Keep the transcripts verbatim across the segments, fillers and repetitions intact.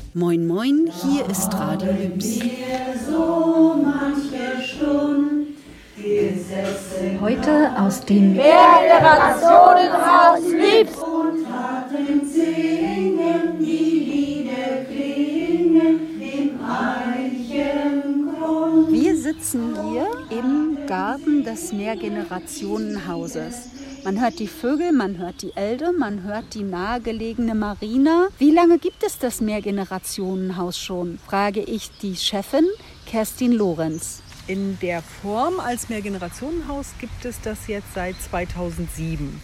Moin Moin, hier ist Radio Lübs. Heute aus dem Mehrgenerationenhaus Lübs. Wir sitzen hier im Garten des Mehrgenerationenhauses. Man hört die Vögel, man hört die Elde, man hört die nahegelegene Marina. Wie lange gibt es das Mehrgenerationenhaus schon? Frage ich die Chefin Kerstin Lorenz. In der Form als Mehrgenerationenhaus gibt es das jetzt seit zweitausendsieben.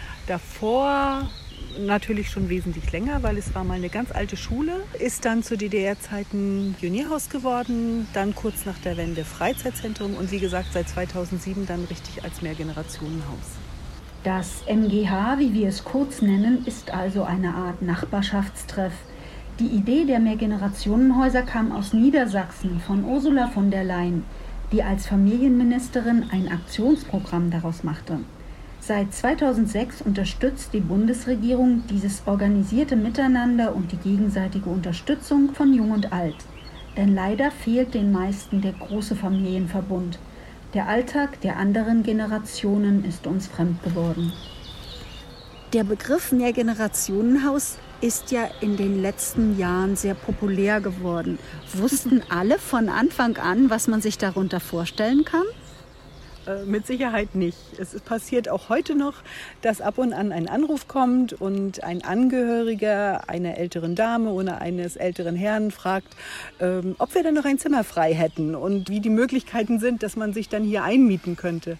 Davor natürlich schon wesentlich länger, weil es war mal eine ganz alte Schule, ist dann zu D D R-Zeiten Pionierhaus geworden, dann kurz nach der Wende Freizeitzentrum und wie gesagt seit zweitausendsieben dann richtig als Mehrgenerationenhaus. Das M G H, wie wir es kurz nennen, ist also eine Art Nachbarschaftstreff. Die Idee der Mehrgenerationenhäuser kam aus Niedersachsen von Ursula von der Leyen, die als Familienministerin ein Aktionsprogramm daraus machte. Seit zweitausendsechs unterstützt die Bundesregierung dieses organisierte Miteinander und die gegenseitige Unterstützung von Jung und Alt. Denn leider fehlt den meisten der große Familienverbund. Der Alltag der anderen Generationen ist uns fremd geworden. Der Begriff Mehrgenerationenhaus ist ja in den letzten Jahren sehr populär geworden. Wussten alle von Anfang an, was man sich darunter vorstellen kann? Mit Sicherheit nicht. Es passiert auch heute noch, dass ab und an ein Anruf kommt und ein Angehöriger einer älteren Dame oder eines älteren Herrn fragt, ähm, ob wir denn noch ein Zimmer frei hätten und wie die Möglichkeiten sind, dass man sich dann hier einmieten könnte.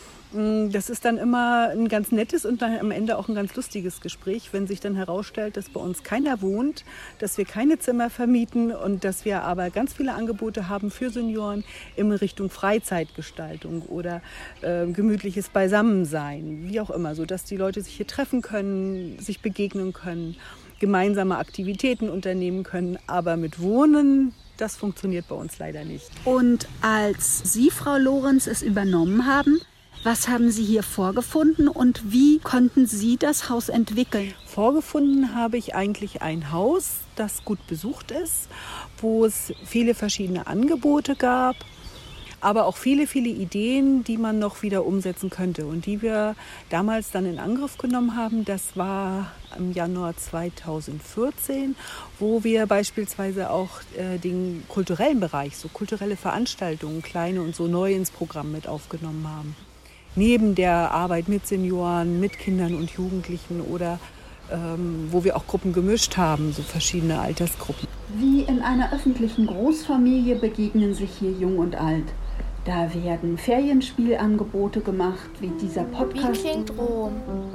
Das ist dann immer ein ganz nettes und dann am Ende auch ein ganz lustiges Gespräch, wenn sich dann herausstellt, dass bei uns keiner wohnt, dass wir keine Zimmer vermieten und dass wir aber ganz viele Angebote haben für Senioren in Richtung Freizeitgestaltung oder äh, gemütliches Beisammensein, wie auch immer, sodass die Leute sich hier treffen können, sich begegnen können, gemeinsame Aktivitäten unternehmen können, aber mit Wohnen, das funktioniert bei uns leider nicht. Und als Sie, Frau Lorenz, es übernommen haben, was haben Sie hier vorgefunden und wie konnten Sie das Haus entwickeln? Vorgefunden habe ich eigentlich ein Haus, das gut besucht ist, wo es viele verschiedene Angebote gab, aber auch viele, viele Ideen, die man noch wieder umsetzen könnte und die wir damals dann in Angriff genommen haben. Das war im Januar zweitausendvierzehn, wo wir beispielsweise auch äh, den kulturellen Bereich, so kulturelle Veranstaltungen, kleine und so neu ins Programm mit aufgenommen haben. Neben der Arbeit mit Senioren, mit Kindern und Jugendlichen oder ähm, wo wir auch Gruppen gemischt haben, so verschiedene Altersgruppen. Wie in einer öffentlichen Großfamilie begegnen sich hier Jung und Alt. Da werden Ferienspielangebote gemacht, wie dieser Podcast. Wie klingt Rom?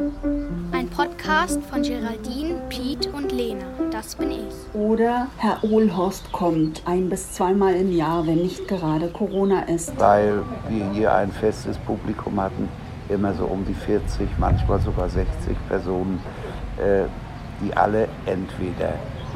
Ein Podcast von Geraldine, Piet und Lena. Das bin ich. Oder Herr Ohlhorst kommt ein- bis zweimal im Jahr, wenn nicht gerade Corona ist. Weil wir hier ein festes Publikum hatten, immer so um die vierzig, manchmal sogar sechzig Personen, äh, die alle entweder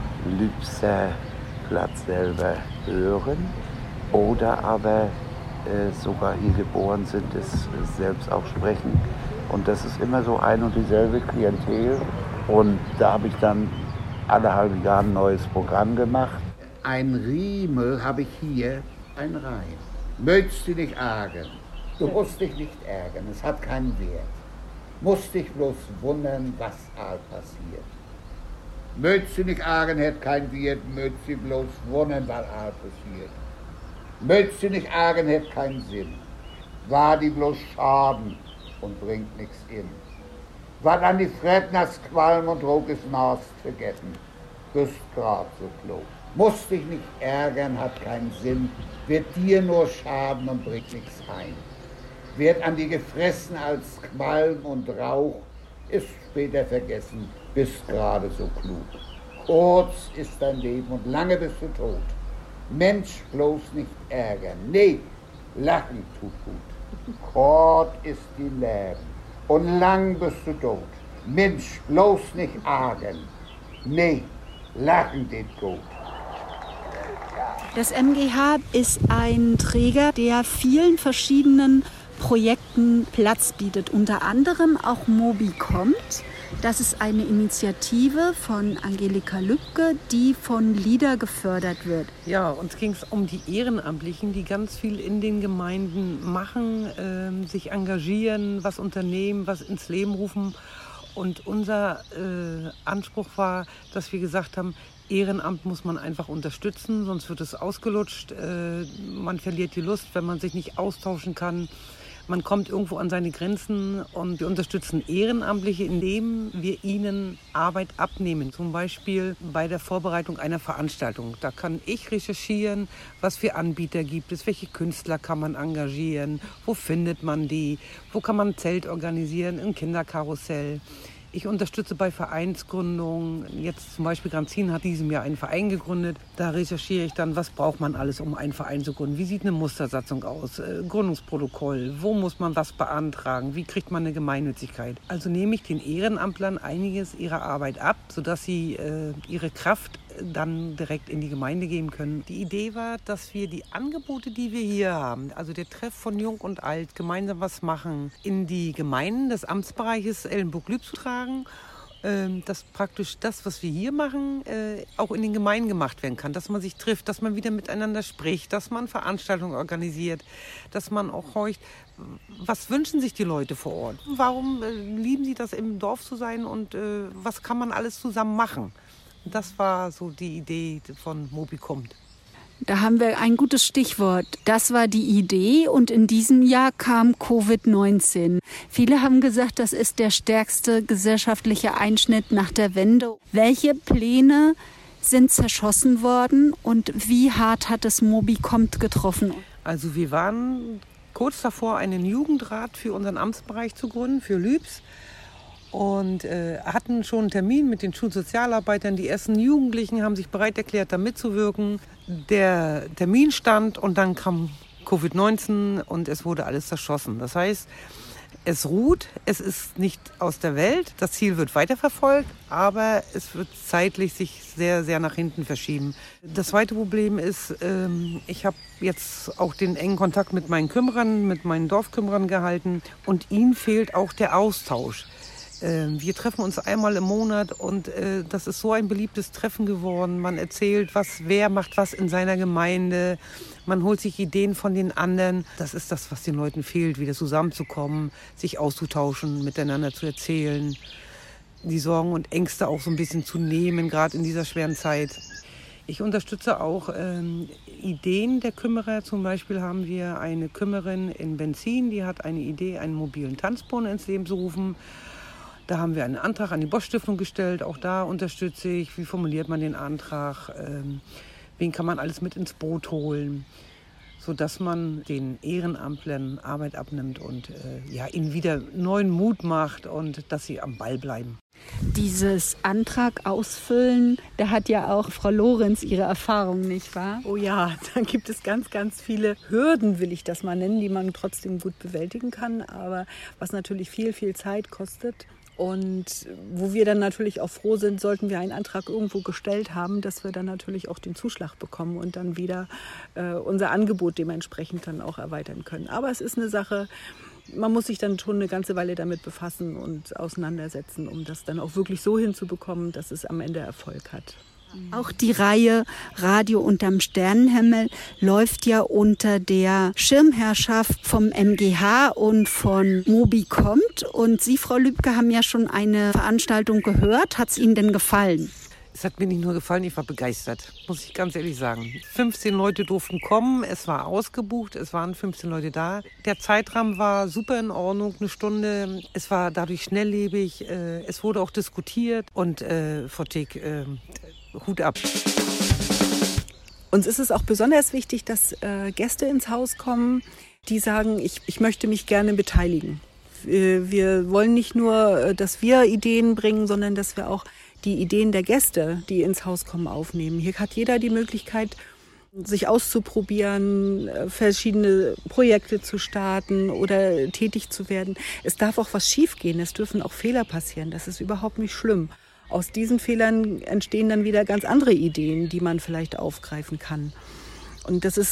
Lübser Platz selber hören oder aber äh, sogar hier geboren sind, es selbst auch sprechen. Und das ist immer so ein und dieselbe Klientel. Und da habe ich dann alle halbe Jahre ein neues Programm gemacht. Ein Riemel habe ich hier, ein Reim. Möchtest du nicht ärgern? Du musst dich nicht ärgern, es hat keinen Wert. Musst dich bloß wundern, was all passiert. Möchtest du nicht ärgern, hat keinen Wert, möchtest du bloß wundern, was all passiert. Möchtest du nicht ärgern, hat keinen Sinn. War die bloß Schaden und bringt nichts in. Was an die Fredners Qualm und Druck ist Nas vergessen. Bist grad so klug. Musst dich nicht ärgern, hat keinen Sinn. Wird dir nur schaden und bringt nichts ein. Wird an die gefressen als Qualm und Rauch, ist später vergessen, bist gerade so klug. Kurz ist dein Leben und lange bist du tot. Mensch, bloß nicht ärgern. Nee, lachen tut gut. Kort ist die Leben und lang bist du tot. Mensch, bloß nicht ärgern. Nee, lachen geht gut. Das M G H ist ein Träger, der vielen verschiedenen Projekten Platz bietet. Unter anderem auch Mobi kommt. Das ist eine Initiative von Angelika Lübke, die von LIDA gefördert wird. Ja, uns ging es um die Ehrenamtlichen, die ganz viel in den Gemeinden machen, äh, sich engagieren, was unternehmen, was ins Leben rufen. Und unser äh, Anspruch war, dass wir gesagt haben, Ehrenamt muss man einfach unterstützen, sonst wird es ausgelutscht. Äh, man verliert die Lust, wenn man sich nicht austauschen kann. Man kommt irgendwo an seine Grenzen und wir unterstützen Ehrenamtliche, indem wir ihnen Arbeit abnehmen. Zum Beispiel bei der Vorbereitung einer Veranstaltung. Da kann ich recherchieren, was für Anbieter gibt es, welche Künstler kann man engagieren, wo findet man die, wo kann man ein Zelt organisieren, ein Kinderkarussell. Ich unterstütze bei Vereinsgründungen. Jetzt zum Beispiel Granzin hat diesem Jahr einen Verein gegründet. Da recherchiere ich dann, was braucht man alles, um einen Verein zu gründen. Wie sieht eine Mustersatzung aus? Äh, Gründungsprotokoll. Wo muss man was beantragen? Wie kriegt man eine Gemeinnützigkeit? Also nehme ich den Ehrenamtlern einiges ihrer Arbeit ab, sodass sie äh, ihre Kraft dann direkt in die Gemeinde geben können. Die Idee war, dass wir die Angebote, die wir hier haben, also der Treff von Jung und Alt, gemeinsam was machen, in die Gemeinden des Amtsbereiches Ellenburg-Lübz tragen, dass praktisch das, was wir hier machen, auch in den Gemeinden gemacht werden kann. Dass man sich trifft, dass man wieder miteinander spricht, dass man Veranstaltungen organisiert, dass man auch horcht, was wünschen sich die Leute vor Ort? Warum lieben sie das, im Dorf zu sein und was kann man alles zusammen machen? Das war so die Idee von Mobikommt. Da haben wir ein gutes Stichwort. Das war die Idee und in diesem Jahr kam Covid neunzehn. Viele haben gesagt, das ist der stärkste gesellschaftliche Einschnitt nach der Wende. Welche Pläne sind zerschossen worden und wie hart hat es Mobikommt getroffen? Also wir waren kurz davor, einen Jugendrat für unseren Amtsbereich zu gründen, für Lübz. Und äh, hatten schon einen Termin mit den Schulsozialarbeitern. Die ersten Jugendlichen haben sich bereit erklärt, da mitzuwirken. Der Termin stand und dann kam Covid neunzehn und es wurde alles zerschossen. Das heißt, es ruht, es ist nicht aus der Welt. Das Ziel wird weiterverfolgt, aber es wird zeitlich sich sehr, sehr nach hinten verschieben. Das zweite Problem ist, ähm, ich habe jetzt auch den engen Kontakt mit meinen Kümmerern, mit meinen Dorfkümmerern gehalten und ihnen fehlt auch der Austausch. Wir treffen uns einmal im Monat und äh, das ist so ein beliebtes Treffen geworden. Man erzählt, was, wer macht was in seiner Gemeinde. Man holt sich Ideen von den anderen. Das ist das, was den Leuten fehlt, wieder zusammenzukommen, sich auszutauschen, miteinander zu erzählen, die Sorgen und Ängste auch so ein bisschen zu nehmen, gerade in dieser schweren Zeit. Ich unterstütze auch ähm, Ideen der Kümmerer. Zum Beispiel haben wir eine Kümmerin in Benzin, die hat eine Idee, einen mobilen Tanzbrunnen ins Leben zu rufen. Da haben wir einen Antrag an die Bosch-Stiftung gestellt. Auch da unterstütze ich. Wie formuliert man den Antrag? Ähm, wen kann man alles mit ins Boot holen? Sodass man den Ehrenamtlern Arbeit abnimmt und äh, ja, ihnen wieder neuen Mut macht und dass sie am Ball bleiben. Dieses Antrag ausfüllen, da hat ja auch Frau Lorenz ihre Erfahrung, nicht wahr? Oh ja, da gibt es ganz, ganz viele Hürden, will ich das mal nennen, die man trotzdem gut bewältigen kann, aber was natürlich viel, viel Zeit kostet. Und wo wir dann natürlich auch froh sind, sollten wir einen Antrag irgendwo gestellt haben, dass wir dann natürlich auch den Zuschlag bekommen und dann wieder äh, unser Angebot dementsprechend dann auch erweitern können. Aber es ist eine Sache, man muss sich dann schon eine ganze Weile damit befassen und auseinandersetzen, um das dann auch wirklich so hinzubekommen, dass es am Ende Erfolg hat. Auch die Reihe Radio unterm Sternenhimmel läuft ja unter der Schirmherrschaft vom M G H und von Mobikommt. Und Sie, Frau Lübke, haben ja schon eine Veranstaltung gehört. Hat es Ihnen denn gefallen? Es hat mir nicht nur gefallen, ich war begeistert, muss ich ganz ehrlich sagen. fünfzehn Leute durften kommen, es war ausgebucht, es waren fünfzehn Leute da. Der Zeitrahmen war super in Ordnung, eine Stunde. Es war dadurch schnelllebig, es wurde auch diskutiert und äh, Frau Tick, äh, Hut ab. Uns ist es auch besonders wichtig, dass äh, Gäste ins Haus kommen, die sagen, ich, ich möchte mich gerne beteiligen. Wir, wir wollen nicht nur, dass wir Ideen bringen, sondern dass wir auch die Ideen der Gäste, die ins Haus kommen, aufnehmen. Hier hat jeder die Möglichkeit, sich auszuprobieren, verschiedene Projekte zu starten oder tätig zu werden. Es darf auch was schiefgehen, es dürfen auch Fehler passieren, das ist überhaupt nicht schlimm. Aus diesen Fehlern entstehen dann wieder ganz andere Ideen, die man vielleicht aufgreifen kann. Und das ist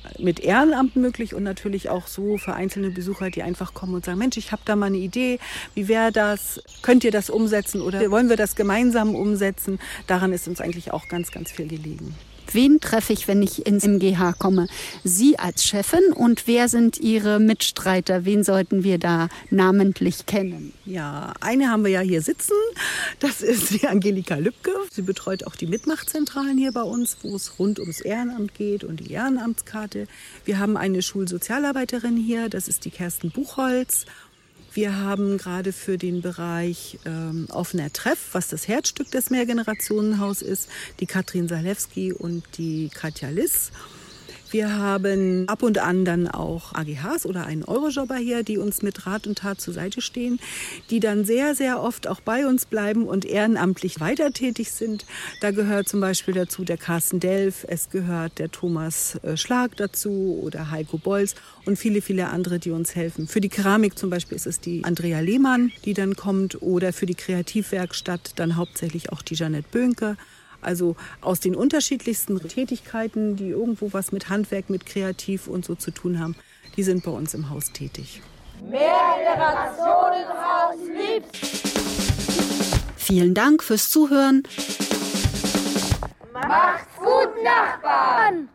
mit Ehrenamt möglich und natürlich auch so für einzelne Besucher, die einfach kommen und sagen, Mensch, ich habe da mal eine Idee, wie wäre das, könnt ihr das umsetzen oder wollen wir das gemeinsam umsetzen? Daran ist uns eigentlich auch ganz, ganz viel gelegen. Wen treffe ich, wenn ich ins M G H komme? Sie als Chefin und wer sind Ihre Mitstreiter? Wen sollten wir da namentlich kennen? Ja, eine haben wir ja hier sitzen. Das ist die Angelika Lübke. Sie betreut auch die Mitmachzentralen hier bei uns, wo es rund ums Ehrenamt geht und die Ehrenamtskarte. Wir haben eine Schulsozialarbeiterin hier, das ist die Kerstin Buchholz. Wir haben gerade für den Bereich ähm, offener Treff, was das Herzstück des Mehrgenerationenhaus ist, die Katrin Salewski und die Katja Liss. Wir haben ab und an dann auch A G Hs oder einen Eurojobber hier, die uns mit Rat und Tat zur Seite stehen, die dann sehr, sehr oft auch bei uns bleiben und ehrenamtlich weiter tätig sind. Da gehört zum Beispiel dazu der Carsten Delf, es gehört der Thomas Schlag dazu oder Heiko Bolz und viele, viele andere, die uns helfen. Für die Keramik zum Beispiel ist es die Andrea Lehmann, die dann kommt, oder für die Kreativwerkstatt dann hauptsächlich auch die Jeanette Böhnke. Also aus den unterschiedlichsten Tätigkeiten, die irgendwo was mit Handwerk, mit Kreativ und so zu tun haben, die sind bei uns im Haus tätig. Mehrgenerationenhaus liebt! Vielen Dank fürs Zuhören. Macht's gut, Nachbarn!